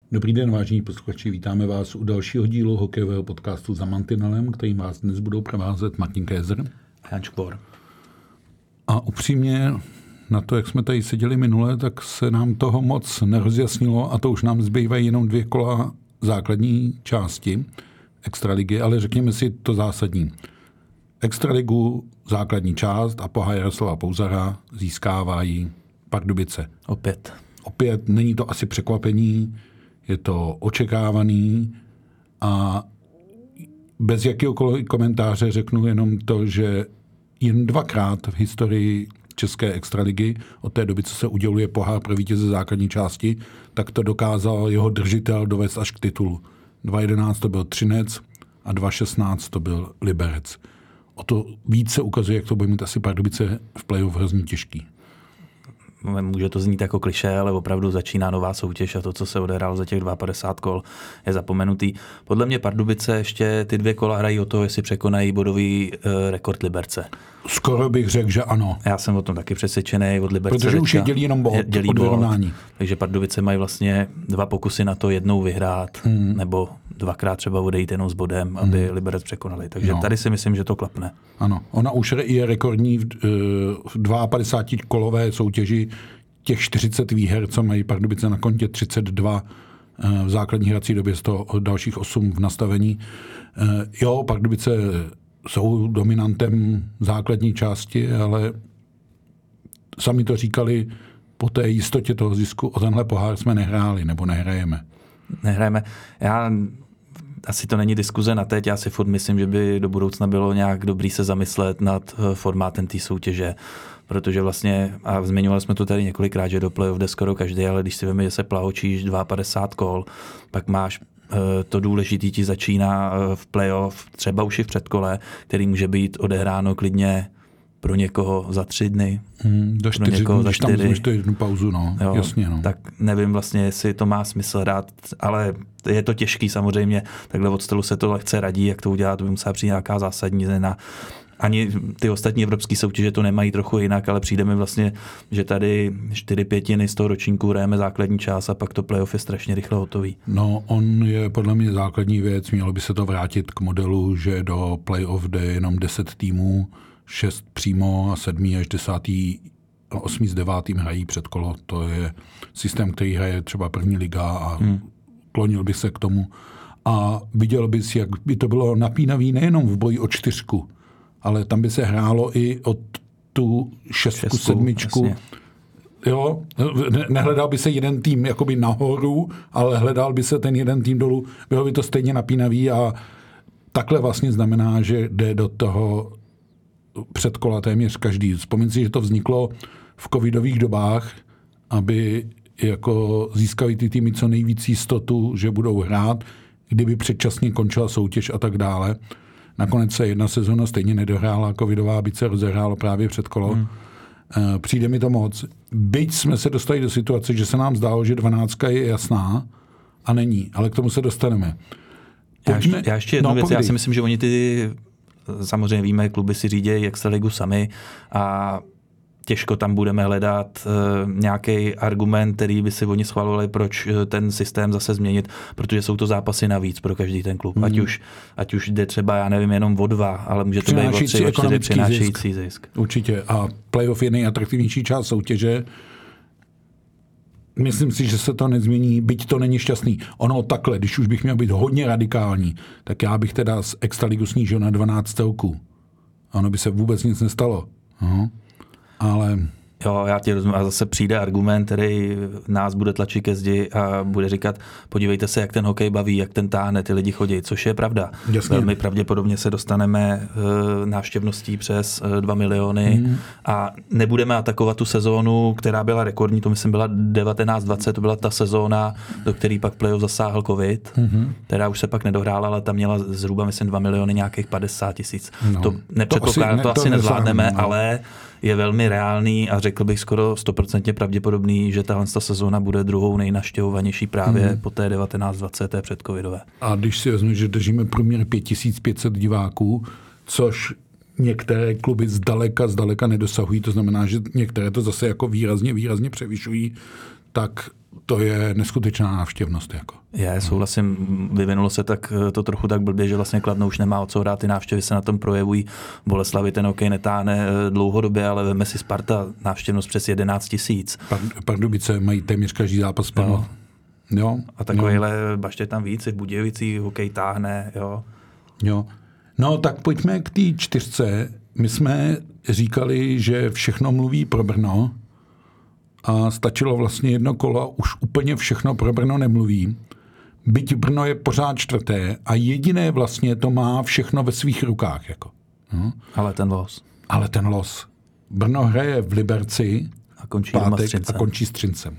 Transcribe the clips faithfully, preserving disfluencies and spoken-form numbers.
Dobrý den, vážení posluchači, vítáme vás u dalšího dílu hokejového podcastu Za mantinelem, kterým vás dnes budou provázet Martin Kézer a Jan Škvor. A upřímně na to, jak jsme tady seděli minule, tak se nám toho moc nerozjasnilo a to už nám zbývají jenom dvě kola základní části extraligy, ale řekněme si to zásadní. Extraligu, základní část a pohár Jaroslava Pouzara získávají Pardubice. Opět. Opět není to asi překvapení, je to očekávaný a bez jakéhokoliv komentáře řeknu jenom to, že jen dvakrát v historii České extraligy, od té doby, co se uděluje pohár pro vítěze základní části, tak to dokázal jeho držitel dovést až k titulu. dva jedenáct to byl Třinec a dva šestnáct to byl Liberec. O to více ukazuje, jak to bude mít asi Pardubice v playoff hrozně těžký. Může to znít jako klišé, ale opravdu začíná nová soutěž a to, co se odehrálo za těch padesát dva kol, je zapomenutý. Podle mě Pardubice ještě ty dvě kola hrají o to, jestli překonají bodový e, rekord Liberce. Skoro bych řekl, že ano. Já jsem o tom taky přesvědčený od Liberce. Protože už je dělí jenom bod, dělí od vyrovnání. Bod, takže Pardubice mají vlastně dva pokusy na to jednou vyhrát, hmm. nebo dvakrát třeba odejít jenom s bodem, aby hmm. Liberec překonali. Takže no. Tady si myslím, že to klapne. Ano, ona už je rekordní v, v padesátikolové soutěži těch čtyřicet výher, co mají Pardubice na kontě, třicet dva v základní hrací době, z toho dalších osm v nastavení. Jo, Pardubice jsou dominantem základní části, ale sami to říkali, po té jistotě toho zisku o tenhle pohár jsme nehráli, nebo nehrajeme. Nehrajeme. Já asi to není diskuze na teď, já si furt myslím, že by do budoucna bylo nějak dobrý se zamyslet nad formátem té soutěže, protože vlastně, a zmiňovali jsme to tady několikrát, že do playoff jde skoro každý, ale když si veme, že se plahočíš padesát dva kol, pak máš to důležitý ti začíná v playoff, třeba už i v předkole, který může být odehráno klidně pro někoho za tři dny. Hmm, do čtyři, pro někoho za čtyři. Když tam to jednu pauzu, no. Jo, jasně, no. Tak nevím vlastně, jestli to má smysl hrát, ale je to těžký samozřejmě, takhle od stolu se to lehce radí, jak to udělat, to by musela přijít nějaká zásadní změna. Ani ty ostatní evropské soutěže to nemají trochu jinak, ale přijde mi vlastně, že tady čtyři pětiny z toho ročníku hrajeme základní část a pak to playoff je strašně rychle hotový. No, on je podle mě základní věc, mělo by se to vrátit k modelu, že do playoff jde jenom deset týmů, šest přímo a sedmý až desátý a osmý s devátým hrají předkolo. To je systém, který hraje třeba první liga a hmm. klonil by se k tomu. A viděl bys, jak by to bylo napínavý nejenom v boji o čtyřku, ale tam by se hrálo i od tu šestku, šestku sedmičku. Jasně. Jo, nehledal by se jeden tým jakoby nahoru, ale hledal by se ten jeden tým dolů. Bylo by to stejně napínavý a takhle vlastně znamená, že jde do toho předkola téměř každý. Vzpomín si, že to vzniklo v covidových dobách, aby jako získali ty týmy co nejvíc jistotu, že budou hrát, kdyby předčasně končila soutěž a tak dále. Nakonec se jedna sezóna stejně nedohrála covidová, byť se rozehrálo právě předkolo. Hmm. Přijde mi to moc. Byť jsme se dostali do situace, že se nám zdálo, že dvanáctka je jasná a není, ale k tomu se dostaneme. Pojďme... Já, ještě, já ještě jednu no, věc, povídej. Já si myslím, že oni ty samozřejmě víme, kluby si řídějí extraligu sami a těžko tam budeme hledat uh, nějaký argument, který by si oni schvalovali, proč uh, ten systém zase změnit, protože jsou to zápasy navíc pro každý ten klub. Mm. Ať už, ať už jde třeba, já nevím, jenom o dva, ale může to být o tři, o čtyři přinášející zisk. zisk. Určitě. A playoff je nejatraktivnější část soutěže. Myslím si, že se to nezmění, byť to není šťastný. Ono takhle, když už bych měl být hodně radikální, tak já bych teda z extraligu snížil na dvanáct celků. Ono by se vůbec nic nestalo. Aha. Ale... Jo, já ti rozumím. A zase přijde argument, který nás bude tlačit ke zdi a bude říkat, podívejte se, jak ten hokej baví, jak ten táhne, ty lidi chodí, což je pravda. Jasně. Velmi pravděpodobně se dostaneme návštěvností přes dva miliony mm. a nebudeme atakovat tu sezónu, která byla rekordní, to myslím byla devatenáct dvacet, to byla ta sezóna, do které pak playoff zasáhl covid, mm. která už se pak nedohrála, ale tam měla zhruba, myslím, dva miliony nějakých padesát tisíc. No. To nepředpokládám, to asi, to asi nezvládneme, no. Ale je velmi reálný a řekl bych skoro stoprocentně pravděpodobný, že tahle sezóna bude druhou nejnaštěvovanější právě hmm. po té devatenáct dvacet předcovidové. A když si vezmu, že držíme průměr pět tisíc pět set diváků, což některé kluby zdaleka, zdaleka nedosahují, to znamená, že některé to zase jako výrazně, výrazně převyšují, tak to je neskutečná návštěvnost. Jako. Je, souhlasím, vyvinulo se tak to trochu tak blbě, že vlastně Kladno už nemá o co hrát, ty návštěvy se na tom projevují. Boleslavy ten hokej netáhne dlouhodobě, ale veme si Sparta návštěvnost přes jedenáct tisíc. Pardubice mají téměř každý zápas plno. Jo. A takovýhle baště tam víc, v Budějovicích hokej táhne. Jo. Jo. No tak pojďme k té čtyřce. My jsme říkali, že všechno mluví pro Brno a stačilo vlastně jedno kolo, už úplně všechno pro Brno nemluví. Byť Brno je pořád čtvrté a jediné vlastně to má všechno ve svých rukách. Jako. No. Ale ten los. Ale ten los. Brno hraje v Liberci a končí, pátek a končí s Třincem.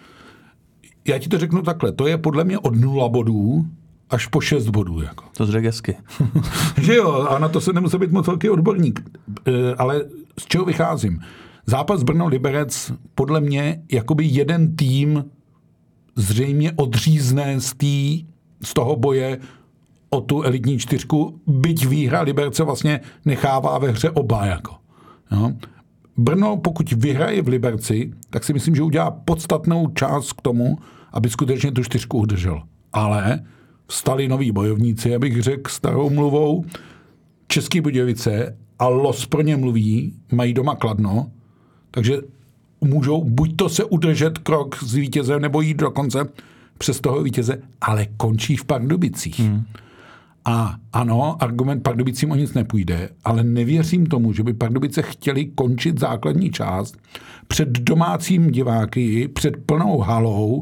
Já ti to řeknu takhle, to je podle mě od nula bodů až po šest bodů. Jako. To řekl hezky. Že jo, a na to se nemusí být moc velký odborník. E, ale z čeho vycházím? Zápas Brno-Liberec podle mě jakoby jeden tým zřejmě odřízne z, tý, z toho boje o tu elitní čtyřku, byť výhra Liberce vlastně nechává ve hře oba. Jako. Jo? Brno, pokud vyhraje v Liberci, tak si myslím, že udělá podstatnou část k tomu, aby skutečně tu čtyřku udržel. Ale vstali noví bojovníci, abych řekl starou mluvou, Český Budějovice a los pro ně mluví, mají doma Kladno, takže můžou buď to se udržet krok s vítězem, nebo jít dokonce přes toho vítěze, ale končí v Pardubicích. Hmm. A ano, argument Pardubicím o nic nepůjde, ale nevěřím tomu, že by Pardubice chtěli končit základní část před domácím diváky, před plnou halou,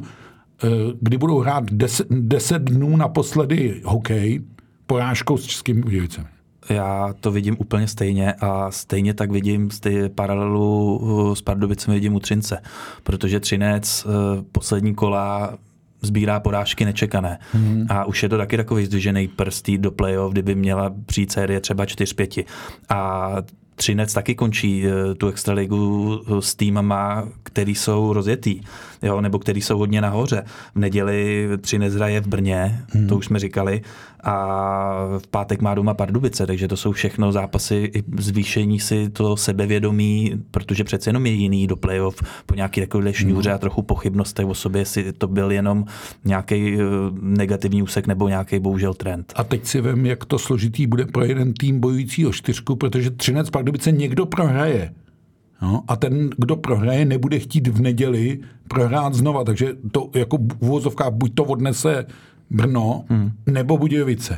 kdy budou hrát deset, deset dnů naposledy hokej porážkou s Českými Budějovicemi. Já to vidím úplně stejně a stejně tak vidím z té paralelu s Pardubicemi vidím u Třince, protože Třinec poslední kola sbírá porážky nečekané. Hmm. A už je to taky takový zdvižený prstý do playoff, kdyby měla přijít série třeba čtyři pět. A Třinec taky končí tu extraligu s týmama, který jsou rozjetý, jo, nebo který jsou hodně nahoře. V neděli Třinec hraje v Brně, hmm. to už jsme říkali, a v pátek má doma Pardubice, takže to jsou všechno zápasy i zvýšení si to sebevědomí, protože přece jenom je jiný do playoff po nějaký takovýhle šňůře a trochu pochybnostech o sobě, jestli to byl jenom nějaký negativní úsek nebo nějaký bohužel trend. A teď si vem, jak to složitý bude pro jeden tým bojující o čtyřku, protože Třinec Pardubice někdo prohraje. No, a ten, kdo prohraje, nebude chtít v neděli prohrát znova, takže to jako v uvozovkách buď to odnese Brno, hmm. nebo Budějovice.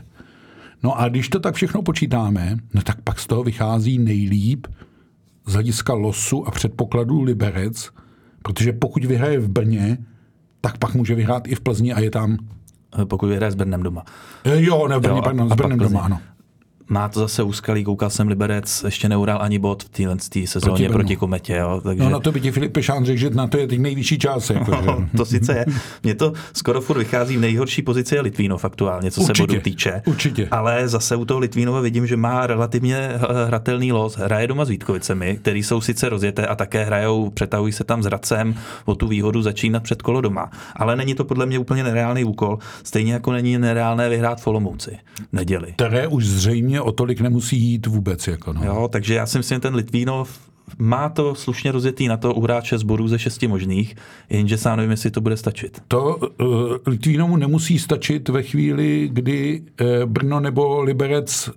No a když to tak všechno počítáme, no tak pak z toho vychází nejlíp z hlediska losu a předpokladů Liberec, protože pokud vyhraje v Brně, tak pak může vyhrát i v Plzni a je tam... Pokud vyhraje s Brnem doma. Jo, ne v Brně, jo, pardon, s Brnem doma, ano. Má to zase úskalý, koukal jsem, Liberec ještě neuhrál ani bod v téhle sezóně proti, proti Kometě. Jo, takže... No na to by ti Filip Pešán řekl, že na to je teď nejvyšší čas. Jako, no, to sice je. Mně to skoro furt vychází v nejhorší pozici je Litvínov aktuálně, co určitě, se bodu týče. Určitě. Ale zase u toho Litvínova vidím, že má relativně hratelný los. Hraje doma s Vítkovicemi, který jsou sice rozjeté a také hrajou, přetahují se tam s Hradcem o tu výhodu začínat před kolo doma. Ale není to podle mě úplně nereálný úkol. Stejně jako není nereálné vyhrát v Olomouci neděli. Které už zřejmě o tolik nemusí jít vůbec. Jako no. Jo, takže já si myslím, ten Litvínov má to slušně rozjetý na to uhrát šest bodů ze šesti možných, jenže sám nevím, jestli to bude stačit. To uh, Litvínovu nemusí stačit ve chvíli, kdy uh, Brno nebo Liberec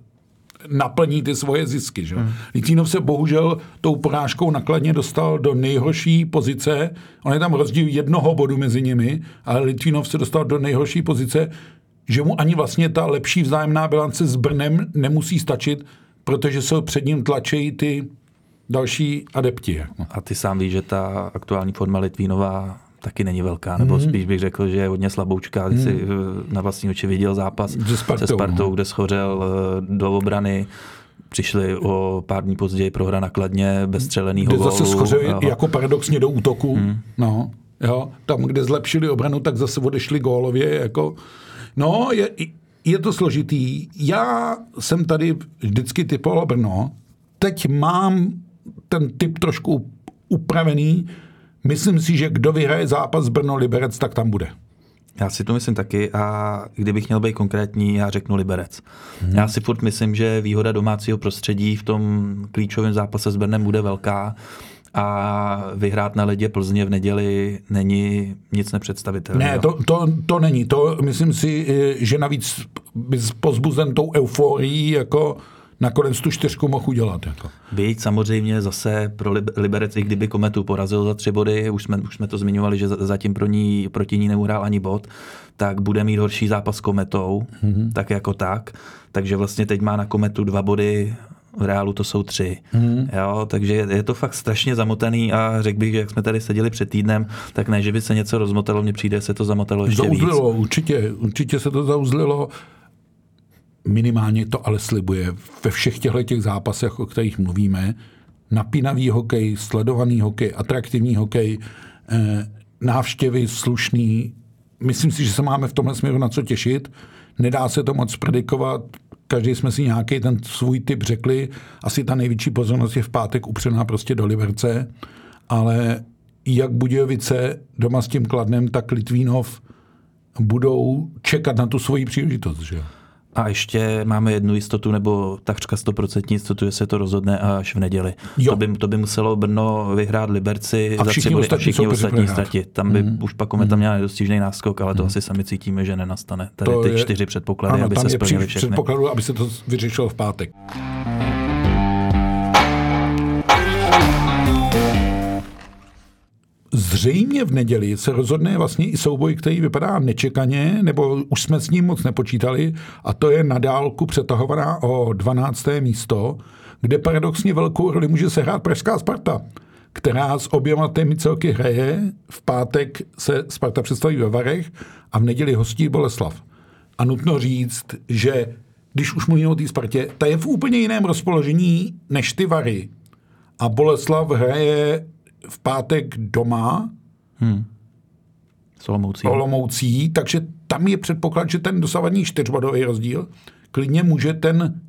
naplní ty svoje zisky. Že? Hmm. Litvínov se bohužel tou porážkou nakladně dostal do nejhorší pozice. On je tam rozdíl jednoho bodu mezi nimi, ale Litvínov se dostal do nejhorší pozice, že mu ani vlastně ta lepší vzájemná bilance s Brnem nemusí stačit, protože se před ním tlačejí ty další adepti. A ty sám víš, že ta aktuální forma Litvínova taky není velká, nebo mm. spíš bych řekl, že je hodně slaboučká. Když mm. si na vlastní oči viděl zápas se Spartou, se Spartou no. kde schořel do obrany, přišli o pár dní později prohra na Kladně bez střeleného gólu. Kde zase schořeli jako paradoxně do útoku. Mm. No, jo, tam, kde zlepšili obranu, tak zase odešli gólově. Jako... No, je, je to složitý. Já jsem tady vždycky typoval Brno. Teď mám ten typ trošku upravený. Myslím si, že kdo vyhraje zápas Brno-Liberec, tak tam bude. Já si to myslím taky a kdybych měl být konkrétní, já řeknu Liberec. Hmm. Já si furt myslím, že výhoda domácího prostředí v tom klíčovém zápase s Brnem bude velká a vyhrát na ledě Plzně v neděli není nic nepředstavitelného. Ne, to, to, to není. To myslím si, že navíc bys pozbuzen tou euforií jako nakonec tu čtyřku mohl udělat. Jako. Byť samozřejmě zase pro Liberec, i kdyby Kometu porazil za tři body, už jsme, už jsme to zmiňovali, že zatím pro ní, proti ní neuhrál ani bod, tak bude mít horší zápas s Kometou, mm-hmm. tak jako tak. Takže vlastně teď má na Kometu dva body, v Reálu to jsou tři. Mm. Jo, takže je to fakt strašně zamotaný a řekl bych, že jak jsme tady seděli před týdnem, tak ne, že by se něco rozmotalo, mně přijde, se to zamotalo ještě zauzlilo, víc. Určitě, určitě se to zauzlilo. Minimálně to ale slibuje ve všech těchto těch zápasech, o kterých mluvíme. Napínavý hokej, sledovaný hokej, atraktivní hokej, návštěvy slušný. Myslím si, že se máme v tomhle směru na co těšit. Nedá se to moc predikovat. Každý jsme si nějaký ten svůj typ řekli. Asi ta největší pozornost je v pátek upřená prostě do Liberce. Ale jak Budějovice doma s tím Kladnem, tak Litvínov budou čekat na tu svoji příležitost. Že? A ještě máme jednu jistotu, nebo takřka stoprocentní jistotu, že se to rozhodne až v neděli. To by, to by muselo Brno vyhrát Liberci a za tři body a všichni ostatní ztratit. Tam by mm. už pak Kometa měla nedostižný náskok, ale to mm. asi sami cítíme, že nenastane. Tady to ty je, čtyři předpoklady, ano, aby se splnily všechny. Předpokladu, aby se to vyřešilo v pátek. Zřejmě v neděli se rozhodne vlastně i souboj, který vypadá nečekaně, nebo už jsme s ním moc nepočítali, a to je na dálku přetahovaná o dvanácté místo, kde paradoxně velkou roli může sehrát pražská Sparta, která s oběma těmi celky hraje. V pátek se Sparta představí ve Varech a v neděli hostí Boleslav. A nutno říct, že když už mluvíme o té Spartě, ta je v úplně jiném rozpoložení než ty Vary. A Boleslav hraje v pátek doma hmm. s Olomoucí. Olomoucí, takže tam je předpoklad, že ten dosavadní čtyřbodový rozdíl klidně může ten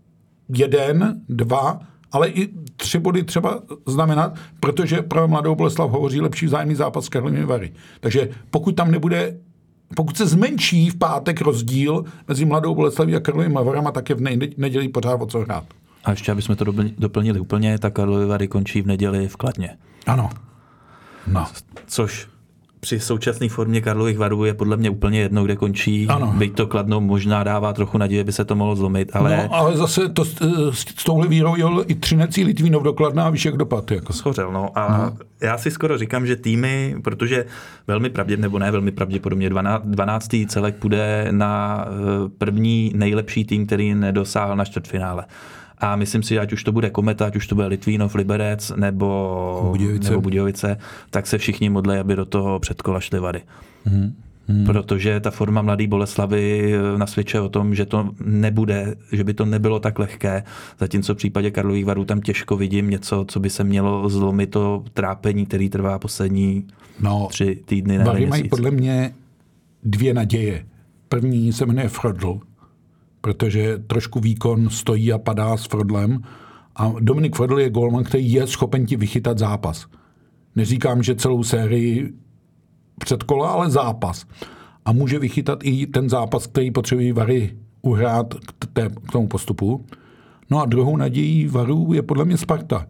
jeden, dva, ale i tři body třeba znamenat, protože pro Mladou Boleslav hovoří lepší vzájemný zápas s Karlovými Vary. Takže pokud tam nebude, pokud se zmenší v pátek rozdíl mezi Mladou Boleslaví a Karlovými Varama, tak je v neděli pořád o co hrát. A ještě, aby jsme to doplnili úplně, tak Karlovy Vary končí v neděli v Kladně. Ano. No. Což při současné formě Karlových Varů je podle mě úplně jedno, kde končí. Ano. Byť to Kladno možná dává trochu naděje, by se to mohlo zlomit. Ale, no, ale zase to, s touhle vírou jel i Třinecí Litvínov do Kladna a víš, jak dopad. Jako. Schořel, no. A no. Já si skoro říkám, že týmy, protože velmi pravděpodobně, nebo ne velmi pravděpodobně, dvanáctý celek půjde na první nejlepší tým, který nedosáhl na čtvrtfinále. A myslím si, ať už to bude Kometa, ať už to bude Litvínov, Liberec nebo Budějovice, nebo Budějovice, tak se všichni modlí, aby do toho předkola šly Vary. Hmm. Hmm. Protože ta forma Mladé Boleslavy nasvědčuje o tom, že to nebude, že by to nebylo tak lehké, zatímco v případě Karlových Varů tam těžko vidím něco, co by se mělo zlomit to trápení, který trvá poslední no, tři týdny. Vary mají podle mě dvě naděje. První se jmenuje Frodl, protože trošku výkon stojí a padá s Frodlem. A Dominik Frodl je gólman, který je schopen ti vychytat zápas. Neříkám, že celou sérii předkola, ale zápas. A může vychytat i ten zápas, který potřebují Vary uhrát k, té, k tomu postupu. No a druhou nadějí Varů je podle mě Sparta.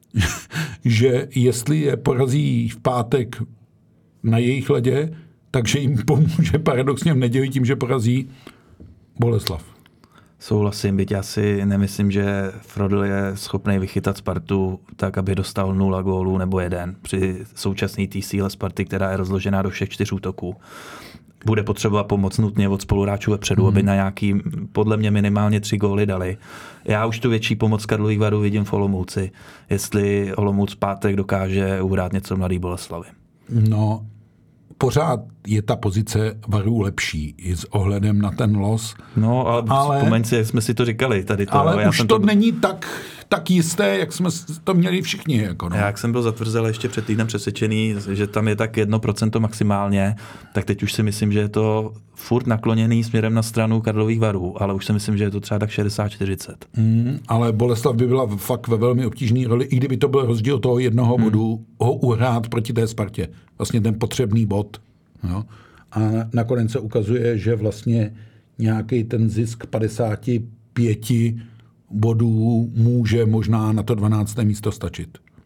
Že jestli je porazí v pátek na jejich ledě, takže jim pomůže paradoxně v neděli tím, že porazí Boleslav. Souhlasím, byť já si nemyslím, že Frodl je schopný vychytat Spartu tak, aby dostal nula gólů nebo jeden. Při současné té síle Sparty, která je rozložená do všech čtyř útoků. Bude potřeba pomoc nutně od spoluhráčů vepředu, mm. aby na nějaký, podle mě minimálně tři góly dali. Já už tu větší pomoc Karlových Varů vidím v Olomouci, jestli Olomouc pátek dokáže uhrát něco Mladý Boleslavy. No, pořád je ta pozice Varů lepší i s ohledem na ten los. No, ale, ale vzpomeň si, jak jsme si to říkali. Tady to, ale já už jsem to, to není tak, tak jisté, jak jsme to měli všichni. Jako no. Já jak jsem byl zatvrzel ještě před týdnem přesvědčený, že tam je tak jedno procento maximálně, tak teď už si myslím, že je to furt nakloněný směrem na stranu Karlových Varů, ale už si myslím, že je to třeba tak šedesát čtyřicet. Mm, ale Boleslav by byla fakt ve velmi obtížné roli, i kdyby to byl rozdíl toho jednoho mm. bodu, ho uhrát proti té Spartě. Vlastně ten potřebný bod. Jo? A nakonec se ukazuje, že vlastně nějaký ten zisk padesát pět bodů může možná na to dvanácté místo stačit.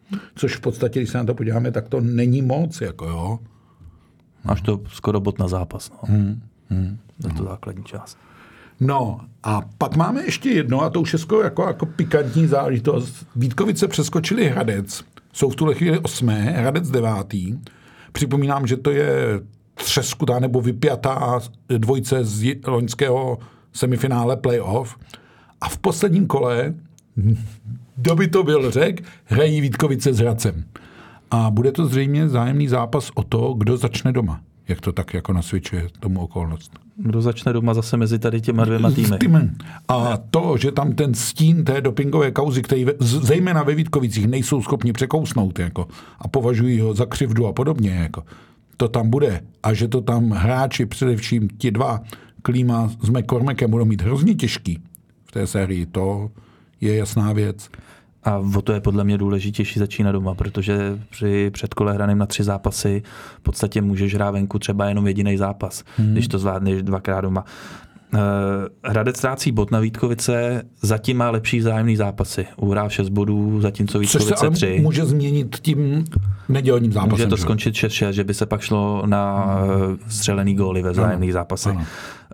což v podstatě, když se na to podíváme, tak to není moc, jako jo. Máš to skoro bod na zápas, no. Hmm. Hmm. To je to základní část. No a pak máme ještě jedno, a to už je skoro jako, jako pikantní záležitost. Vítkovice přeskočili Hradec, jsou v tuhle chvíli osmé, Hradec devátý. Připomínám, že to je třeskutá nebo vypjatá dvojce z loňského semifinále playoff. A v posledním kole, kdo by to byl řek, hrají Vítkovice s Hradcem. A bude to zřejmě vzájemný zápas o to, kdo začne doma. Jak to tak jako nasvědčuje tomu okolnost. Kdo začne doma zase mezi tady těma dvěma týmy. A to, že tam ten stín té dopingové kauzy, který zejména ve Vítkovicích nejsou schopni překousnout jako, a považují ho za křivdu a podobně, jako, to tam bude. A že to tam hráči, především ti dva, Klíma s McCormackem, budou mít hrozně těžký v té sérii, to je jasná věc. A o to je podle mě důležitější začínat doma, protože při předkole hraným na tři zápasy v podstatě můžeš hrát venku třeba jenom jediný zápas, hmm. když to zvládneš dvakrát doma. Hradec ztrácí bod na Vítkovice, zatím má lepší vzájemný zápasy. Uhrál šest bodů, zatímco Vítkovice tři. Což může změnit tím nedělním zápasem. Může to že? skončit šest šest, že by se pak šlo na hmm. střelený góly ve vzájemných zápasech. Ano.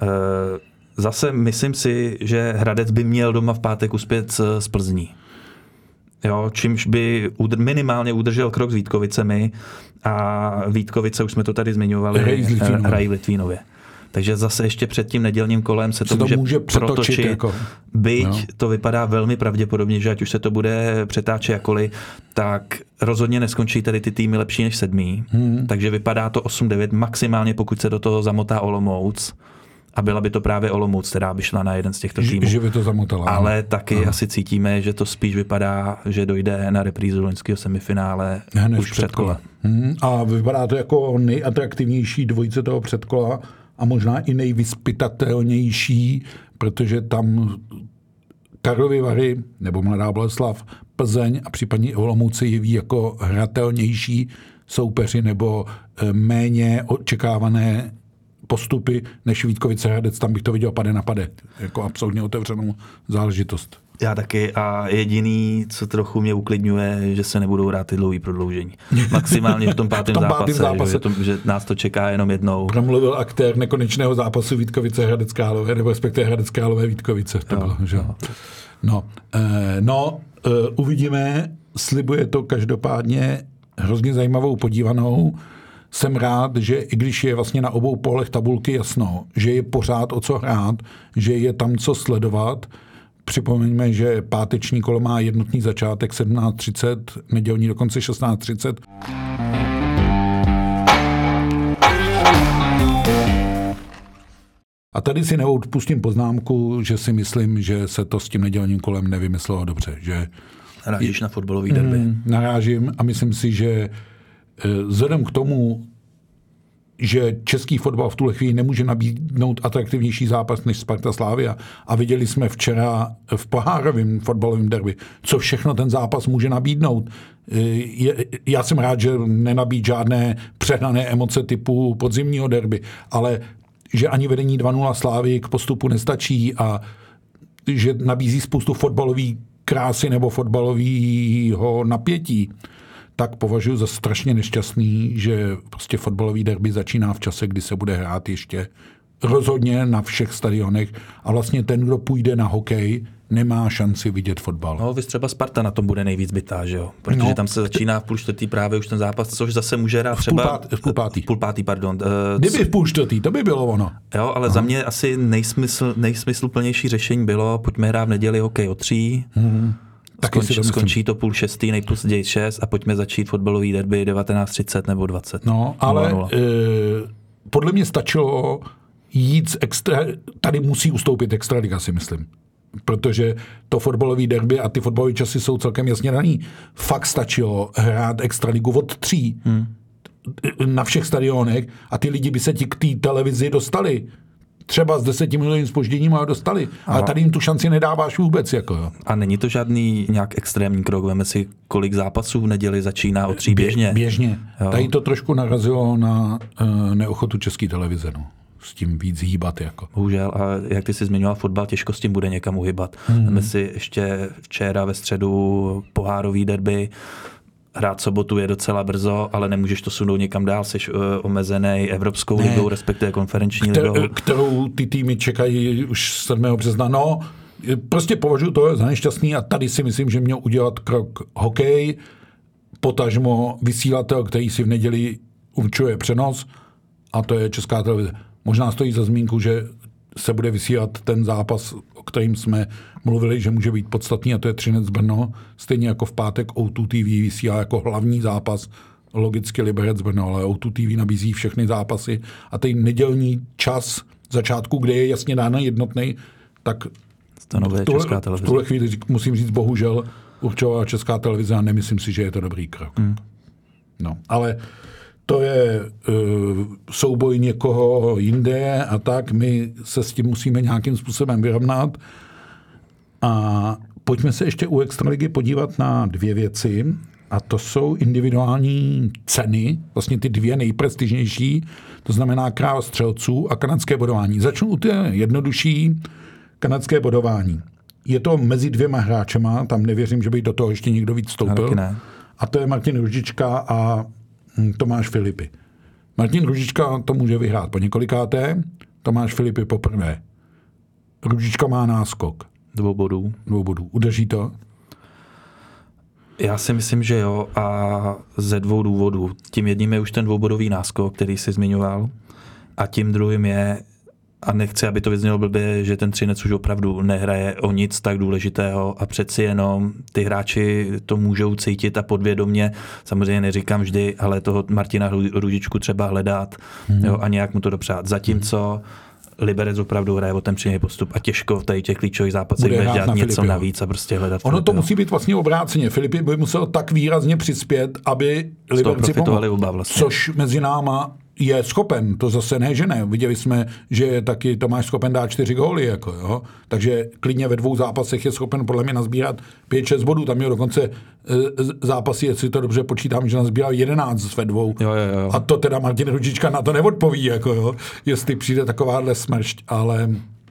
Zase myslím si, že Hradec by měl doma v pátek uspět z Plzní. Jo, čímž by udr- minimálně udržel krok s Vítkovicemi a Vítkovice, už jsme to tady zmiňovali, hrají v Litvínově. Takže zase ještě před tím nedělním kolem se to, se to může, může protočit, jako, byť no. to vypadá velmi pravděpodobně, že ať už se to bude přetáčet jakoliv, tak rozhodně neskončí tady ty týmy lepší než sedmý. Hmm. Takže vypadá to osm devět, maximálně pokud se do toho zamotá Olomouc. A byla by to právě Olomouc, která by šla na jeden z těchto týmů. Že by to zamotala. Ale taky Aha. asi cítíme, že to spíš vypadá, že dojde na reprízu loňského semifinále Hned už předkola. Hmm. A vypadá to jako nejatraktivnější dvojice toho předkola a možná i nejvyzpytatelnější, protože tam Karlovy Vary nebo Mladá Boleslav, Plzeň a případně i Olomouc se jeví jako hratelnější soupeři nebo méně očekávané postupy než Vítkovice Hradec, tam bych to viděl pade na pade. Jako absolutně otevřenou záležitost. Já taky a jediný, co trochu mě uklidňuje, že se nebudou hrát ty dlouhý prodloužení. Maximálně v tom pátém, v tom pátém zápase, zápase. Že, to, že nás to čeká jenom jednou. Promluvil aktér nekonečného zápasu Vítkovice Hradec Králové, nebo respektive Hradec Králové Vítkovice. To jo, bylo, že? Jo. No, eh, no eh, uvidíme, slibuje to každopádně hrozně zajímavou podívanou. Jsem rád, že i když je vlastně na obou polech tabulky jasno, že je pořád o co hrát, že je tam co sledovat. Připomeňme, že páteční kolo má jednotný začátek sedmnáct třicet, nedělní dokonce šestnáct třicet. A tady si neodpustím poznámku, že si myslím, že se to s tím nedělním kolem nevymyslelo dobře. Že narážíš na fotbalový derby. Mm, narážím a myslím si, že vzhledem k tomu, že český fotbal v tuhle chvíli nemůže nabídnout atraktivnější zápas než Sparta Slavia a viděli jsme včera v pohárovém fotbalovém derby, co všechno ten zápas může nabídnout. Já jsem rád, že nenabíd žádné přehnané emoce typu podzimního derby, ale že ani vedení dva nula Slavii k postupu nestačí a že nabízí spoustu fotbalový krásy nebo fotbalového napětí, tak považuji za strašně nešťastný, že prostě fotbalový derby začíná v čase, kdy se bude hrát ještě rozhodně na všech stadionech a vlastně ten, kdo půjde na hokej, nemá šanci vidět fotbal. No, vy třeba Sparta na tom bude nejvíc bytá, že jo? Protože no, tam se začíná v půl čtvrtý právě už ten zápas, což zase může hrát třeba... V půl, pát, v půl pátý. V půl pátý, pardon. Kdyby v půl čtvrtý, to by bylo ono. Jo, ale Aha. za mě asi nejsmysl, nejsmysluplnější řešení bylo, pojďme hrát v neděli hokej o tří, hmm. Skonč, to skončí to půl šestý, nejpozději šest a pojďme začít fotbalový derby devatenáct třicet nebo dvacet. No, ale e, podle mě stačilo jít z extra, tady musí ustoupit extraliga, si myslím. Protože to fotbalový derby a ty fotbalové časy jsou celkem jasně daný. Fakt stačilo hrát extraligu od tří hmm. na všech stadionech a ty lidi by se ti k té televizi dostali. Třeba s desetiminutovým zpožděním ale dostali. Aha. Ale tady jim tu šanci nedáváš vůbec. Jako, jo. A není to žádný nějak extrémní krok? Veme si, kolik zápasů v neděli začíná o tří běžně. Běžně. Jo. Tady to trošku narazilo na uh, neochotu České televize. No. S tím víc hýbat. Jako. Bohužel. A jak ty jsi zmiňoval fotbal, těžko s tím bude někam uhybat. Hmm. Veme si ještě včera ve středu pohárový derby. hrát sobotu je docela brzo, ale nemůžeš to sunout někam dál, jsi uh, omezený Evropskou ne, ligou, respektive konferenční kter, ligou. Kterou ty týmy čekají už sedmého března. No, prostě považuji to za nešťastný a tady si myslím, že měl udělat krok hokej, potažmo vysílatel, který si v neděli určuje přenos, a to je Česká televize. Možná stojí za zmínku, že se bude vysílat ten zápas, o kterým jsme mluvili, že může být podstatný, a to je Třinec Brno. Stejně jako v pátek O dva T V vysílá jako hlavní zápas logicky Liberec Brno, ale O dva T V nabízí všechny zápasy a ten nedělní čas začátku, kde je jasně dána jednotný, tak stanovuje Česká televize. V tuhle chvíli musím říct, bohužel určovala Česká televize a nemyslím si, že je to dobrý krok. Hmm. No, ale to je uh, souboj někoho jinde a tak, my se s tím musíme nějakým způsobem vyrovnat. A pojďme se ještě u Extraligy podívat na dvě věci, a to jsou individuální ceny, vlastně ty dvě nejprestižnější, to znamená Král střelců a kanadské bodování. Začnu u té jednodušší, kanadské bodování. Je to mezi dvěma hráčema, tam nevěřím, že by do toho ještě někdo víc vstoupil. A to je Martin Růžička a Tomáš Filipy. Martin Růžička to může vyhrát po několikáté, Tomáš Filipy poprvé. Růžička má náskok. Dvou bodů. Dvou bodů. Udrží to? Já si myslím, že jo, a ze dvou důvodů. Tím jedním je už ten dvoubodový náskok, který jsi zmiňoval, a tím druhým je, a nechci, aby to vyznělo blbě, že ten Třinec už opravdu nehraje o nic tak důležitého a přeci jenom ty hráči to můžou cítit a podvědomě, samozřejmě neříkám vždy, ale toho Martina Růžičku třeba hledat hmm. jo, a nějak mu to dopřát. Zatímco Liberec opravdu hraje o ten přímý postup a těžko v tady těch klíčových zápasech bude dělat na něco Filipiho. Navíc a prostě hledat. Ono Filipiho. To musí být vlastně obráceně. Filipy by musel tak výrazně přispět, aby Liberci pomohli. Oba vlastně. Což mezi náma je schopen, to zase ne, že ne. Viděli jsme, že taky Tomáš schopen dá čtyři góly, jako, jo. Takže klidně ve dvou zápasech je schopen podle mě nazbírat pět šest bodů. Tam měl dokonce e, zápasy, jestli to dobře počítám, že nazbíral jedenáct ve dvou. Jo, jo, jo. A to teda Martin Růžička na to neodpoví, jako, jo, jestli přijde takováhle smršť, ale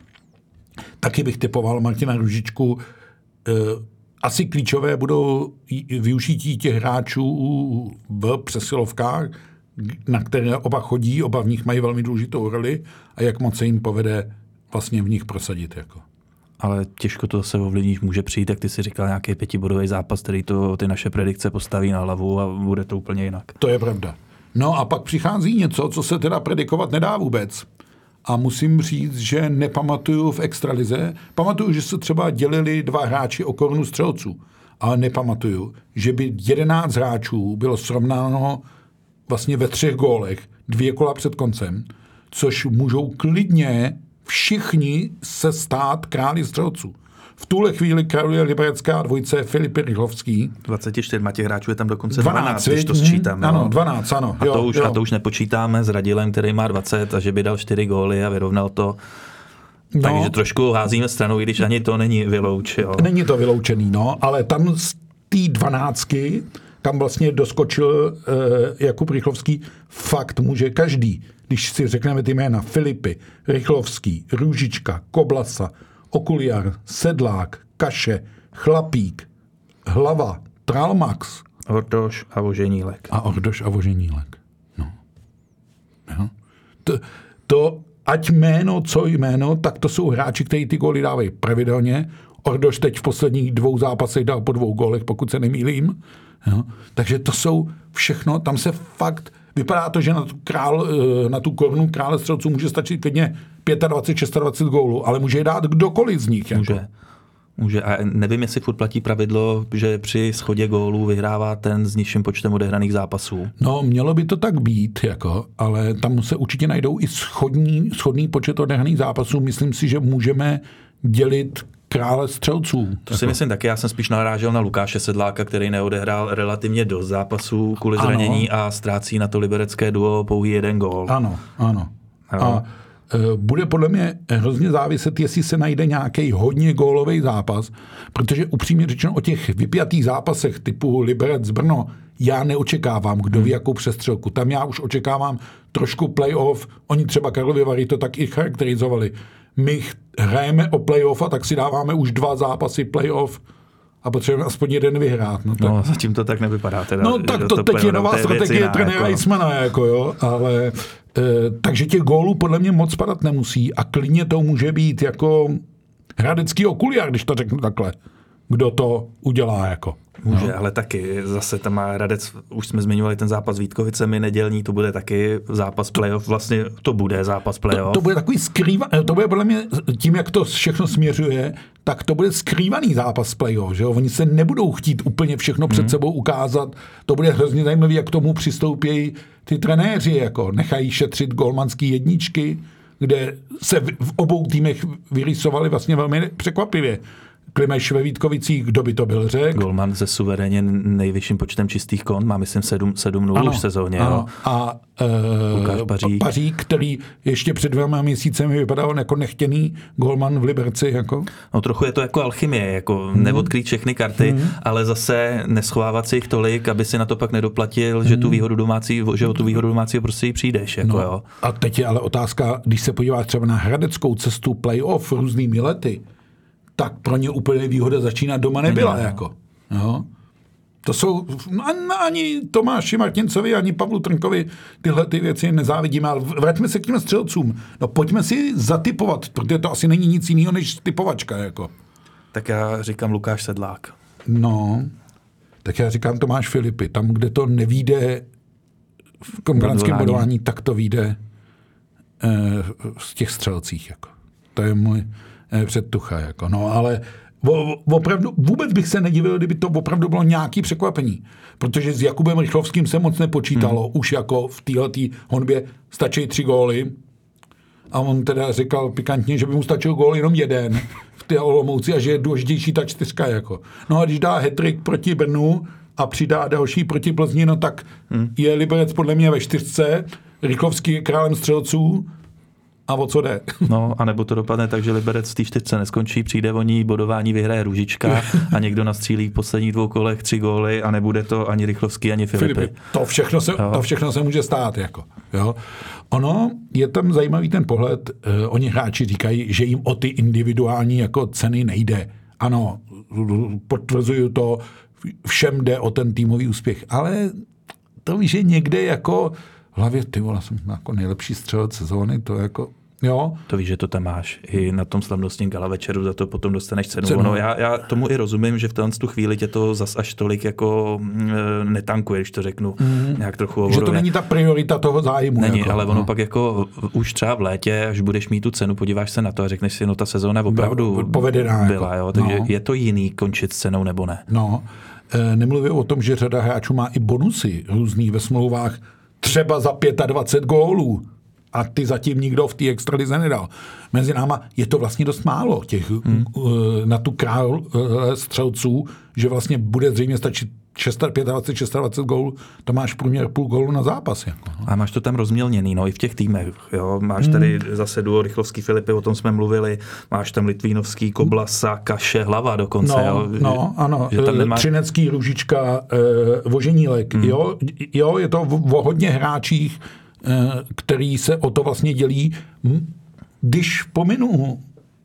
taky bych typoval Martina Růžičku. E, asi klíčové budou využití těch hráčů v přesilovkách, na které oba chodí, oba v nich mají velmi důležitou roli a jak moc se jim povede vlastně v nich prosadit. Jako. Ale těžko to zase ovlivníš, může přijít, jak ty si říkal, nějaký pětibodový zápas, který to ty naše predikce postaví na hlavu a bude to úplně jinak. To je pravda. No a pak přichází něco, co se teda predikovat nedá vůbec. A musím říct, že nepamatuju v extralize. Pamatuju, že se třeba dělili dva hráči o korunu střelců, ale nepamatuju, že by jedenáct hráčů bylo srovnáno vlastně ve třech gólech, dvě kola před koncem, což můžou klidně všichni se stát králi střelců. V tuhle chvíli králuje liberecká dvojice Filip Rychlovský. dvacet čtyři těch hráčů je tam dokonce dvanáct, když to sčítáme. Ano, dvanáct, ano. A, jo, to už, jo. a to už nepočítáme s Radilem, který má dvacet a že by dal čtyři góly a vyrovnal to. No. Takže trošku házíme stranou, i když ani to není vylouč. Jo. Není to vyloučený, no, ale tam z té dvanáctky tam vlastně doskočil eh, Jakub Rychlovský, fakt může každý. Když si řekneme ty jména Filipy, Rychlovský, Růžička, Koblasa, Okuliar, Sedlák, Kaše, Chlapík, Hlava, Tralmax. Ordoš a Voženílek. A Ordoš a Voženílek. No. Jo. To, to, ať jméno, co jméno, tak to jsou hráči, kteří ty góly dávají pravidelně. Ordoš teď v posledních dvou zápasech dal po dvou gólech, pokud se nemýlím. Jo? Takže to jsou všechno, tam se fakt, vypadá to, že na tu, král, na tu korunu krále střelců může stačit klidně dvacet pět, dvacet šest gólů, ale může dát kdokoliv z nich. Může. Jako. Může. A nevím, jestli furt platí pravidlo, že při shodě gólů vyhrává ten s nižším počtem odehraných zápasů. No, mělo by to tak být, jako, ale tam se určitě najdou i shodný, shodný počet odehraných zápasů. Myslím si, že můžeme dělit krále střelců. To si myslím taky, já jsem spíš narážel na Lukáše Sedláka, který neodehrál relativně dost zápasů kvůli zranění a ztrácí na to liberecké duo pouhý jeden gól. Ano, ano. ano. A e, bude podle mě hrozně záviset, jestli se najde nějaký hodně gólový zápas, protože upřímně řečeno o těch vypjatých zápasech typu Liberec Brno já neočekávám, kdo ví jakou přestřelku. Tam já už očekávám trošku playoff. Oni třeba Karlovy Vary to tak i charakterizovali. My hrajeme o playoff a tak si dáváme už dva zápasy playoff a potřebujeme aspoň jeden vyhrát. No, tak... no zatím to tak nevypadá. Teda, no tak to, to teď je nová strategie trenéra Eismana, jako jo, ale e, takže těch gólů podle mě moc padat nemusí a klidně to může být jako hradecký okuliár, když to řeknu takhle. Kdo to udělá, jako. Může, no. Ale taky zase tam má Hradec, už jsme zmiňovali ten zápas s Vítkovicemi nedělní, to bude taky zápas playoff, vlastně to bude zápas playoff. To, to bude takový skrývaný, to bude podle mě tím, jak to všechno směřuje, tak to bude skrývaný zápas playoff, že jo? Oni se nebudou chtít úplně všechno před hmm. sebou ukázat, to bude hrozně zajímavé, jak k tomu přistoupí ty trenéři, jako nechají šetřit golmanský jedničky, kde se v obou týmech vyrýsovali vlastně velmi překvapivě. Klimeš ve Vítkovicích, kdo by to byl řekl? Golman se suverénně nejvyšším počtem čistých kon, má myslím sedm nula už v sezóně. Ano. Jo. A e, Pařík. Pařík, který ještě před dvěma měsícemi vypadal jako nechtěný golman v Liberci. Jako. No trochu je to jako alchymie, jako hmm. neodkrýt všechny karty, hmm. ale zase neschovávat si jich tolik, aby si na to pak nedoplatil, hmm. že tu výhodu domácí, že o tu výhodu domácího prostě přijdeš. Jako, no. jo. A teď je ale otázka, když se podíváš třeba na hradeckou cestu playoff různými lety, tak pro ně úplně výhoda začínat doma nebyla. Není, jako. Jo. To jsou, ani Tomáši Martincovi, ani Pavlu Trnkovi tyhle ty věci nezávidíme, ale vraťme se k těm střelcům. No pojďme si zatypovat, protože to asi není nic jiného než typovačka. Jako. Tak já říkám Lukáš Sedlák. No, tak já říkám Tomáš Filipy. Tam, kde to nevíde v konkurentském bodování, tak to vyjde eh, z těch střelcích. Jako. To je můj předtucha, jako. No, ale opravdu, vůbec bych se nedivil, kdyby to opravdu bylo nějaký překvapení. Protože s Jakubem Rychlovským se moc nepočítalo. Hmm. Už jako v téhletý honbě stačí tři góly. A on teda říkal pikantně, že by mu stačil gól jenom jeden v té Olomouci a že je důležitější ta čtyřka. Jako. No a když dá hat-trick proti Brnu a přidá další proti Plzni, no tak hmm. je Liberec podle mě ve čtyřce, Rychlovský je králem střelců. A o co jde? No, anebo to dopadne tak, že Liberec v té čtyřce neskončí, přijde o ní, bodování vyhraje Růžička a někdo nastřílí v posledních dvou kolech tři góly a nebude to ani Rychlovský, ani Filipy. Filipy. To všechno se, to všechno se může stát. Jako. Jo. Ono, je tam zajímavý ten pohled, uh, oni hráči říkají, že jim o ty individuální jako ceny nejde. Ano, potvrzuju to, všem jde o ten týmový úspěch, ale to víš, že někde jako v hlavě, ty vole, jsem jako nejlepší střelec sezóny, to jako, jo. To víš, že to tam máš. I na tom slavnostním gala večeru za to potom dostaneš cenu. cenu. Ono, já, já tomu i rozumím, že v téhle tu chvíli tě to zas až tolik jako e, netankuje, když to řeknu mm. nějak trochu hovorově. Že to není ta priorita toho zájmu. Není, jako, ale ono no. pak jako už třeba v létě, až budeš mít tu cenu, podíváš se na to a řekneš si, no ta sezóna opravdu no, povedená, byla, jako. jo, takže no. je to jiný končit s cenou nebo ne. No, e, nemluvím o tom, že řada hráčů má i bonusy různý ve smlouvách, třeba za dvacet pět gólů. A ty zatím nikdo v té extralize nedal. Mezi náma je to vlastně dost málo těch hmm. na tu král střelců, že vlastně bude zřejmě stačit dvacet šest, dvacet šest gólů, to máš průměr půl gólu na zápas. Jako. A máš to tam rozmělněný, no i v těch týmech. Jo? Máš tady hmm. zase duo Rychlovský Filipy, o tom jsme mluvili, máš tam Litvínovský, Koblasa, Kaše, Hlava dokonce. No, jo? no ano, že tam nemá... Třinecký, Růžička, eh, Voženílek. Hmm. Jo, jo, je to o hodně hráčích, eh, který se o to vlastně dělí. Když pominu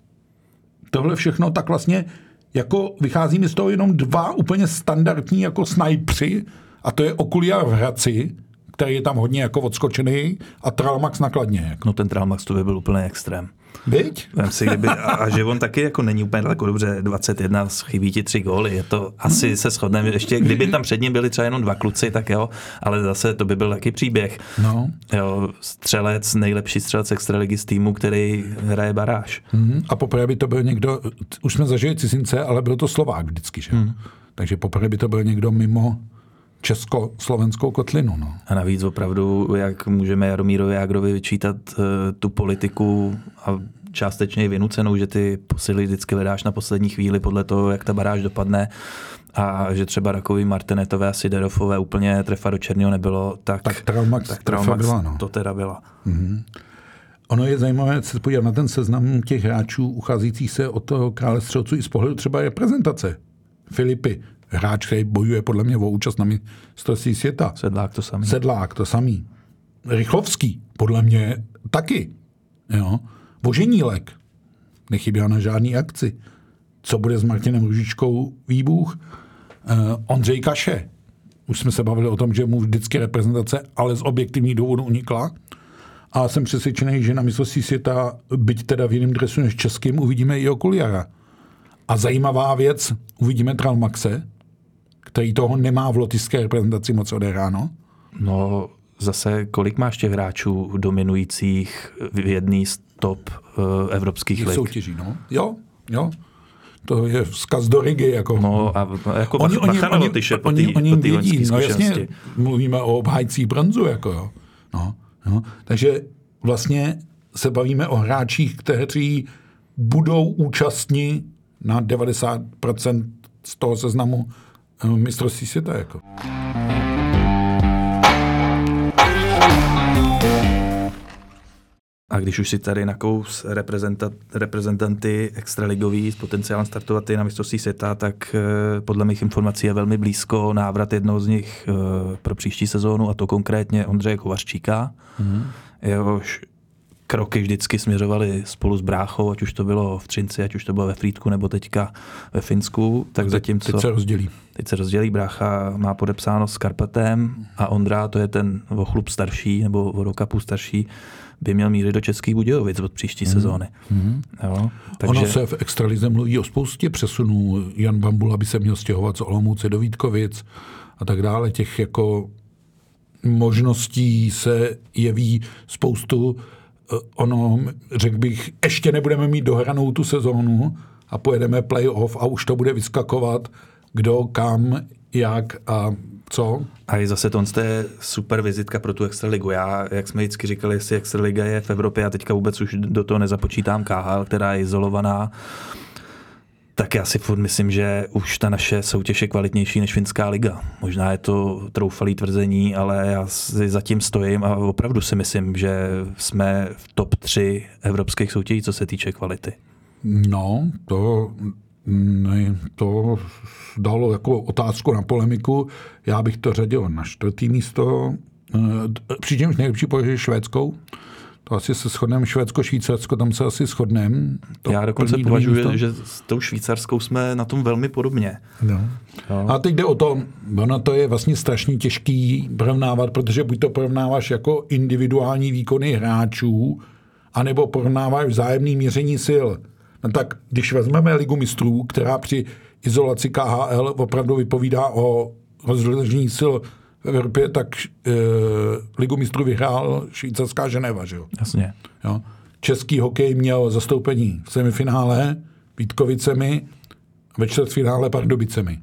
tohle všechno, tak vlastně jako vychází mi z toho jenom dva úplně standardní jako snajpři, a to je Okuliar v Hradci, který je tam hodně jako odskočený, a Tralmax na Kladně. Jako. No ten Tralmax to by byl úplně extrém. Byť? Vem si, kdyby, a, a že on taky jako není úplně daleko dobře, dvacet jedna, chybí ti tři góly, je to, asi hmm. se shodneme, ještě kdyby tam před ním byli třeba jenom dva kluci, tak jo, ale zase to by byl taky příběh. No. Jo, střelec, nejlepší střelec extraligy z týmu, který hraje baráž. Hmm. A poprvé by to byl někdo, už jsme zažili cizince, ale byl to Slovák vždycky, že? Hmm. Takže poprvé by to byl někdo mimo česko-slovenskou kotlinu. No. A navíc opravdu, jak můžeme Jaromírovi Jágrovi vyčítat uh, tu politiku a částečně i vynucenou, že ty posily vždycky hledáš na poslední chvíli podle toho, jak ta baráž dopadne, a že třeba Rakovi, Martinetové a Siderofové úplně trefa do černého nebylo, tak, tak Traumax, tak Traumax byla, no. to teda byla. Mm-hmm. Ono je zajímavé se podívat na ten seznam těch hráčů ucházících se o toho krále střelců i z pohledu třeba reprezentace. Filipy, hráč, který bojuje podle mě o účast na mistrovství světa. Sedlák to samý. Sedlák to samý. Rychlovský, podle mě taky. Jo. Voženílek, nechyběl na žádný akci. co bude s Martinem Růžičkou výbuch. Uh, Ondřej Kaše. Už jsme se bavili o tom, že mu vždycky reprezentace, ale z objektivních důvodů unikla. A jsem přesvědčený, že na mistrovství světa, byť teda v jiném dresu než českým, uvidíme i Okuliara. A zajímavá věc, uvidíme Tralmaxe, který toho nemá v lotyšské reprezentaci moc odehráno. No zase, kolik máš těch hráčů dominujících v jedný z top uh, evropských lig? Soutěží, no. Jo, jo. To je vzkaz do Rigy. Jako. No a jako oni, bacha na Lotyše po té vědí. No jasně, mluvíme o obhájcích bronzu. Jako, jo. No, no. Takže vlastně se bavíme o hráčích, kteří budou účastní na devadesát procent z toho seznamu mistrovství světa. Jako. A když už si tady nakous reprezentanty extraligový s potenciálem startovat i na mistrovství světa, tak eh, podle mých informací je velmi blízko návrat jednoho z nich eh, pro příští sezónu, a to konkrétně Ondřeje Kovařčíka. Mm-hmm. Jehož kroky vždycky směřovaly spolu s bráchou, ať už to bylo v Třinci, ať už to bylo ve Frýdku, nebo teďka ve Finsku. Tak teď, zatímco, teď se rozdělí. Teď se rozdělí, brácha má podepsáno s Karpatem a Ondra, to je ten o chlup starší, nebo o roka půl starší, by měl mířit do Českých Budějovic od příští mm. sezóny. Mm. Jo, takže... Ono se v extralize mluví o spoustě přesunů. Jan Bambula by se měl stěhovat z Olomouce do Vítkovic a tak dále. Těch jako možností se jeví spoustu. Ono, řekl bych, ještě nebudeme mít dohranou tu sezónu a pojedeme play-off a už to bude vyskakovat, kdo, kam, jak a co. A i zase to je super vizitka pro tu extraligu. Já, jak jsme vždycky říkali, jestli extraliga je v Evropě, a teďka vůbec už do toho nezapočítám K H L, která je izolovaná, tak já si furt myslím, že už ta naše soutěž je kvalitnější než finská liga. Možná je to troufalý tvrzení, ale já si zatím stojím a opravdu si myslím, že jsme v top tři evropských soutěží, co se týče kvality. No, to... Ne, to dalo jako otázku na polemiku. Já bych to řadil na čtvrtý místo. Přičemž nejlepší považuji Švédskou. To asi se shodneme. Švédsko, Švýcarsko, tam se asi shodneme. Já dokonce považuji, že s tou Švýcarskou jsme na tom velmi podobně. No. No. A teď jde o to, ono to je vlastně strašně těžký porovnávat, protože buď to porovnáváš jako individuální výkony hráčů, anebo porovnáváš vzájemné měření sil. No tak když vezmeme Ligu mistrů, která při izolaci K H L opravdu vypovídá o rozložení sil v Evropě, tak e, Ligu mistrů vyhrál švýcarská Ženeva, že jo? Jasně. Jo? Český hokej měl zastoupení v semifinále Vítkovicemi a ve čtvrtfinále Pardubicemi.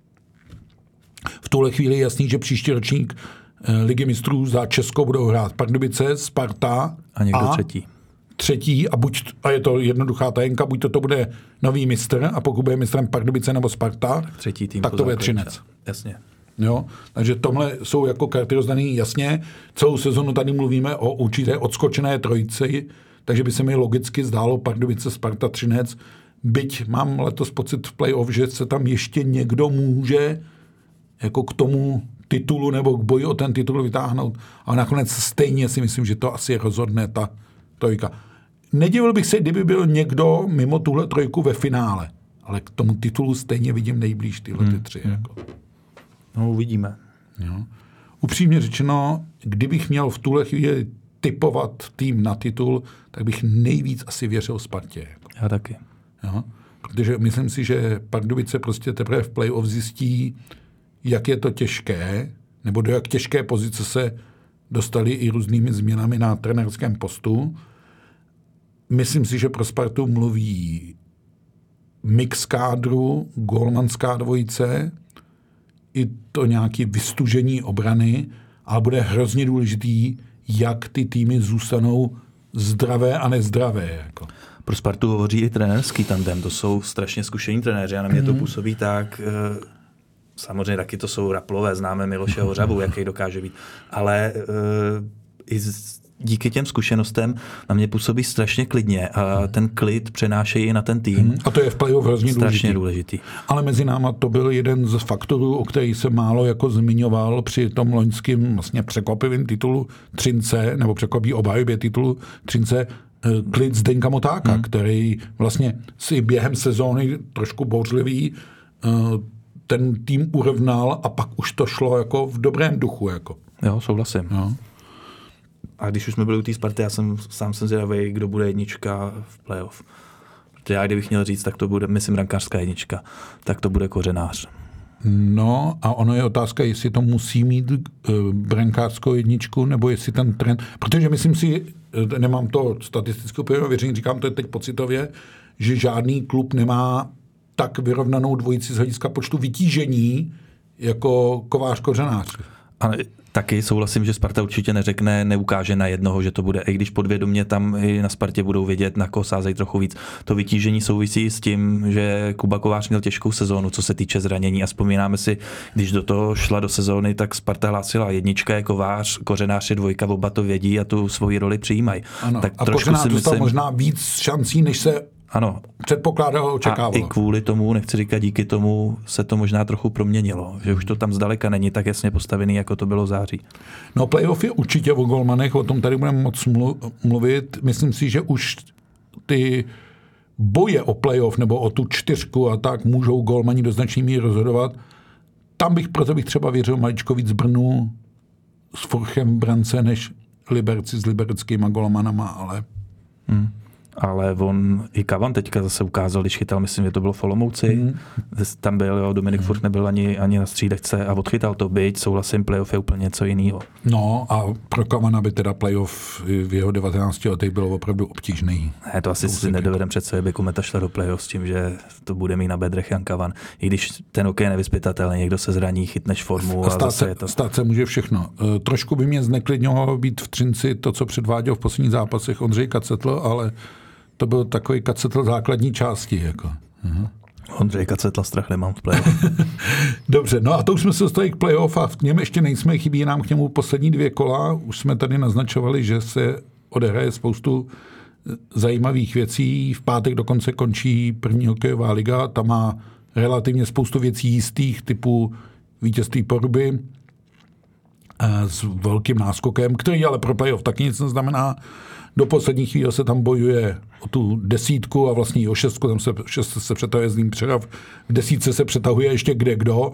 V tuhle chvíli je jasný, že příští ročník e, Ligy mistrů za Česko budou hrát Pardubice, Sparta a někdo a třetí. třetí a, buď, a je to jednoduchá tajenka, buď to, to bude nový mistr a pokud bude mistrem Pardubice nebo Sparta, tak, třetí tým tak to bude Třinec. Jasně. Jo? Takže tomhle jsou jako karty rozdaný jasně. Celou sezonu tady mluvíme o určité odskočené trojici, takže by se mi logicky zdálo Pardubice, Sparta, Třinec. Byť mám letos pocit v playoff, že se tam ještě někdo může jako k tomu titulu nebo k boji o ten titul vytáhnout. A nakonec stejně si myslím, že to asi rozhodne ta trojka. Nedivil bych se, kdyby byl někdo mimo tuhle trojku ve finále, ale k tomu titulu stejně vidím nejblíž tyhle ty tři. Hmm. Jako. No, uvidíme. Jo. Upřímně řečeno, kdybych měl v tuhle chvíli tipovat tým na titul, tak bych nejvíc asi věřil Spartě. Jako. Já taky. Jo. Protože myslím si, že Pardubice prostě teprve v playoff zjistí, jak je to těžké, nebo do jak těžké pozice se dostali i různými změnami na trenérském postu. Myslím si, že pro Spartu mluví mix kádru, golmanská dvojice, i to nějaké vystužení obrany, ale bude hrozně důležitý, jak ty týmy zůstanou zdravé a nezdravé. Jako. Pro Spartu hovoří i trenérský tandem, to jsou strašně zkušení trenéři a na mě to působí tak, samozřejmě taky to jsou Raplové, známe Miloše Hořavu, jaký dokáže být, ale i díky těm zkušenostem na mě působí strašně klidně a ten klid přenášejí i na ten tým. A to je v playoff hrozně strašně důležitý. důležitý. Ale mezi náma to byl jeden z faktorů, o který se málo jako zmiňoval při tom loňském vlastně překvapivém titulu Třince, nebo překvapí obhajobě titulu Třince, klid Zdeňka Motáka, hmm. který vlastně si během sezóny trošku bouřlivý ten tým urovnal a pak už to šlo jako v dobrém duchu. Jako. Jo, souhlasím. Jo. A když už jsme byli u té Sparty, já jsem sám jsem zvědavý, kdo bude jednička v playoff. Protože já kdybych měl říct, tak to bude, myslím, brankářská jednička, tak to bude Kořenář. No a ono je otázka, jestli to musí mít uh, brankářskou jedničku, nebo jestli ten trend, protože myslím si, nemám to statisticky úplně věření, říkám to teď pocitově, že žádný klub nemá tak vyrovnanou dvojici z hlediska počtu vytížení jako Kovář Kořenář. Ale taky souhlasím, že Sparta určitě neřekne, neukáže na jednoho, že to bude. I když podvědomě tam i na Spartě budou vědět, na koho sázejí trochu víc. To vytížení souvisí s tím, že Kuba Kovář měl těžkou sezónu, co se týče zranění. A vzpomínáme si, když do toho šla do sezóny, tak Sparta hlásila jednička je Kovář, Kořenář je dvojka, oba to vědí a tu svoji roli přijímají. Ano. Tak a Kořenář dostal myslím, možná víc šancí, než se ano. předpokládalo, očekávalo. A i kvůli tomu, nechci říkat díky tomu, se to možná trochu proměnilo. Že už to tam zdaleka není tak jasně postavený, jako to bylo v září. No playoff je určitě o golmanech, o tom tady budeme moc mluvit. Myslím si, že už ty boje o playoff nebo o tu čtyřku a tak můžou golmani do značné míry rozhodovat. Tam bych, proto bych třeba věřil maličko víc Brnu s Furchem v brance, než Liberci s libereckýma golmanama, ale... Hmm. Ale on i Kavan teďka zase ukázal, když chytal, myslím, že to bylo v Olomouci, mm. tam byl, jo, Dominik mm. Furt nebyl ani, ani na střídečce a odchytal to, byť, souhlasím, playoff je úplně něco jiného. No a pro Kavana by teda playoff v jeho devatenácti letech bylo opravdu obtížný. Ne, to asi si nedovedem přece, aby Kometa šla do playoff s tím, že to bude mít na bedrech Jan Kavan. I když ten hokej je nevyzpytatelný, někdo se zraní, chytneš formu a, a stát, zase se, je to... stát se může všechno. E, trošku by mě zneklidňovalo být v Třinci to, co předváděl v posledních zápasech Ondřej Kacetl, ale to byl takový Kacetl základní části. Jako. Aha. Ondřej Kacetla strach nemám v playoff. Dobře, no a to už jsme se dostali k playoff a v něm ještě nejsme, chybí nám k němu poslední dvě kola. Už jsme tady naznačovali, že se odehraje spoustu zajímavých věcí. V pátek dokonce končí první hokejová liga. Ta má relativně spoustu věcí jistých, typu vítězství Poruby s velkým náskokem, který ale pro playoff taky nic neznamená. Do poslední chvíle se tam bojuje o tu desítku a vlastně i o šestku, tam se, šest se přetahuje z ním Přerov, v desítce se přetahuje ještě kde kdo.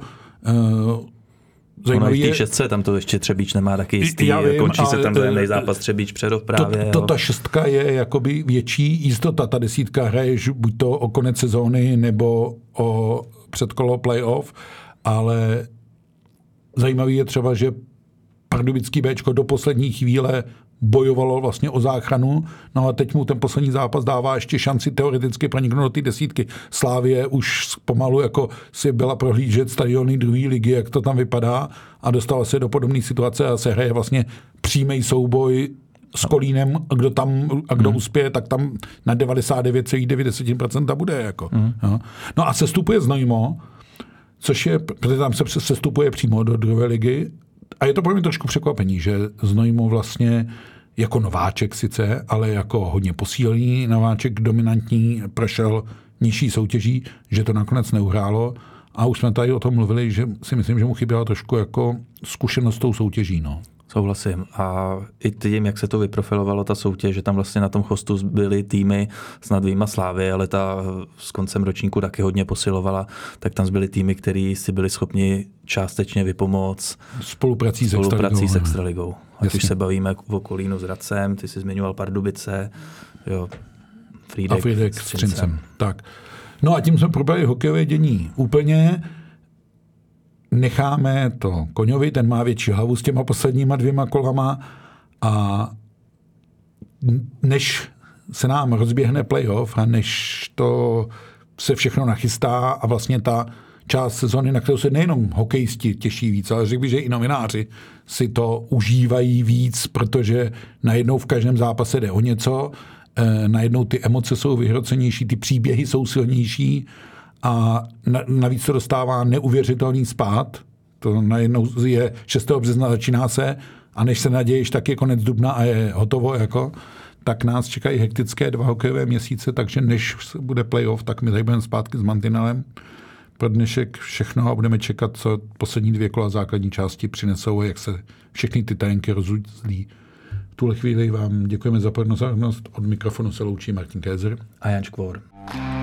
Zajímavý ono i v té šestce, tam to ještě Třebíč nemá taky jistý, vím, končí se tam vzájemný zápas Třebíč Přerov právě. To, to ta šestka je jakoby větší jistota, ta desítka hraješ buď to o konec sezóny nebo o předkolo playoff, ale zajímavý je třeba, že pardubický Béčko do poslední chvíle bojovalo vlastně o záchranu, no a teď mu ten poslední zápas dává ještě šanci teoreticky proniknout do té desítky. Slávie už pomalu jako si byla prohlížet stadiony druhé ligy, jak to tam vypadá a dostala se do podobné situace a se hraje vlastně přímý souboj s Kolínem a kdo tam a kdo mm. uspěje, tak tam na devadesát devět celá devět procent bude. Jako. Mm. No. no a sestupuje Znojmo, což je, protože tam se sestupuje přímo do druhé ligy. A je to pro mě trošku překvapení, že Znojmo vlastně jako nováček sice, ale jako hodně posílený nováček, dominantní, prošel nižší soutěží, že to nakonec neuhrálo. A už jsme tady o tom mluvili, že si myslím, že mu chyběla trošku jako zkušenost s tou soutěží. No. Souhlasím. A i tím, jak se to vyprofilovalo, ta soutěž, že tam vlastně na tom chostu byly týmy s nadvýma Slávy, ale ta s koncem ročníku taky hodně posilovala, tak tam byly týmy, který si byli schopni částečně vypomoct spoluprací, spoluprací s Extraligou. Ať už se bavíme o Kolínu s Hradcem, ty jsi zmiňoval Pardubice, jo, Frýdek, a Frýdek s Třincem. Tak. No a tím jsme probrali hokejové dění úplně. Necháme to Koňovi, ten má větší hlavu s těma posledníma dvěma kolama a než se nám rozběhne playoff a než to se všechno nachystá a vlastně ta část sezony, na kterou se nejenom hokejisti těší víc, ale řekl bych, že i novináři si to užívají víc, protože najednou v každém zápase jde o něco, najednou ty emoce jsou vyhrocenější, ty příběhy jsou silnější a navíc to dostává neuvěřitelný spád. To najednou je šestého března, začíná se a než se nadějíš, tak je konec dubna a je hotovo, jako, tak nás čekají hektické dva hokejové měsíce, takže než bude playoff, tak my tady budeme zpátky s mantinelem. Pro dnešek všechno a budeme čekat, co poslední dvě kola základní části přinesou, jak se všechny ty tajenky rozuzlí V tuhle chvíli vám děkujeme za pozornost. Od mikrofonu se loučí Martin Kézer a Jan Škvor.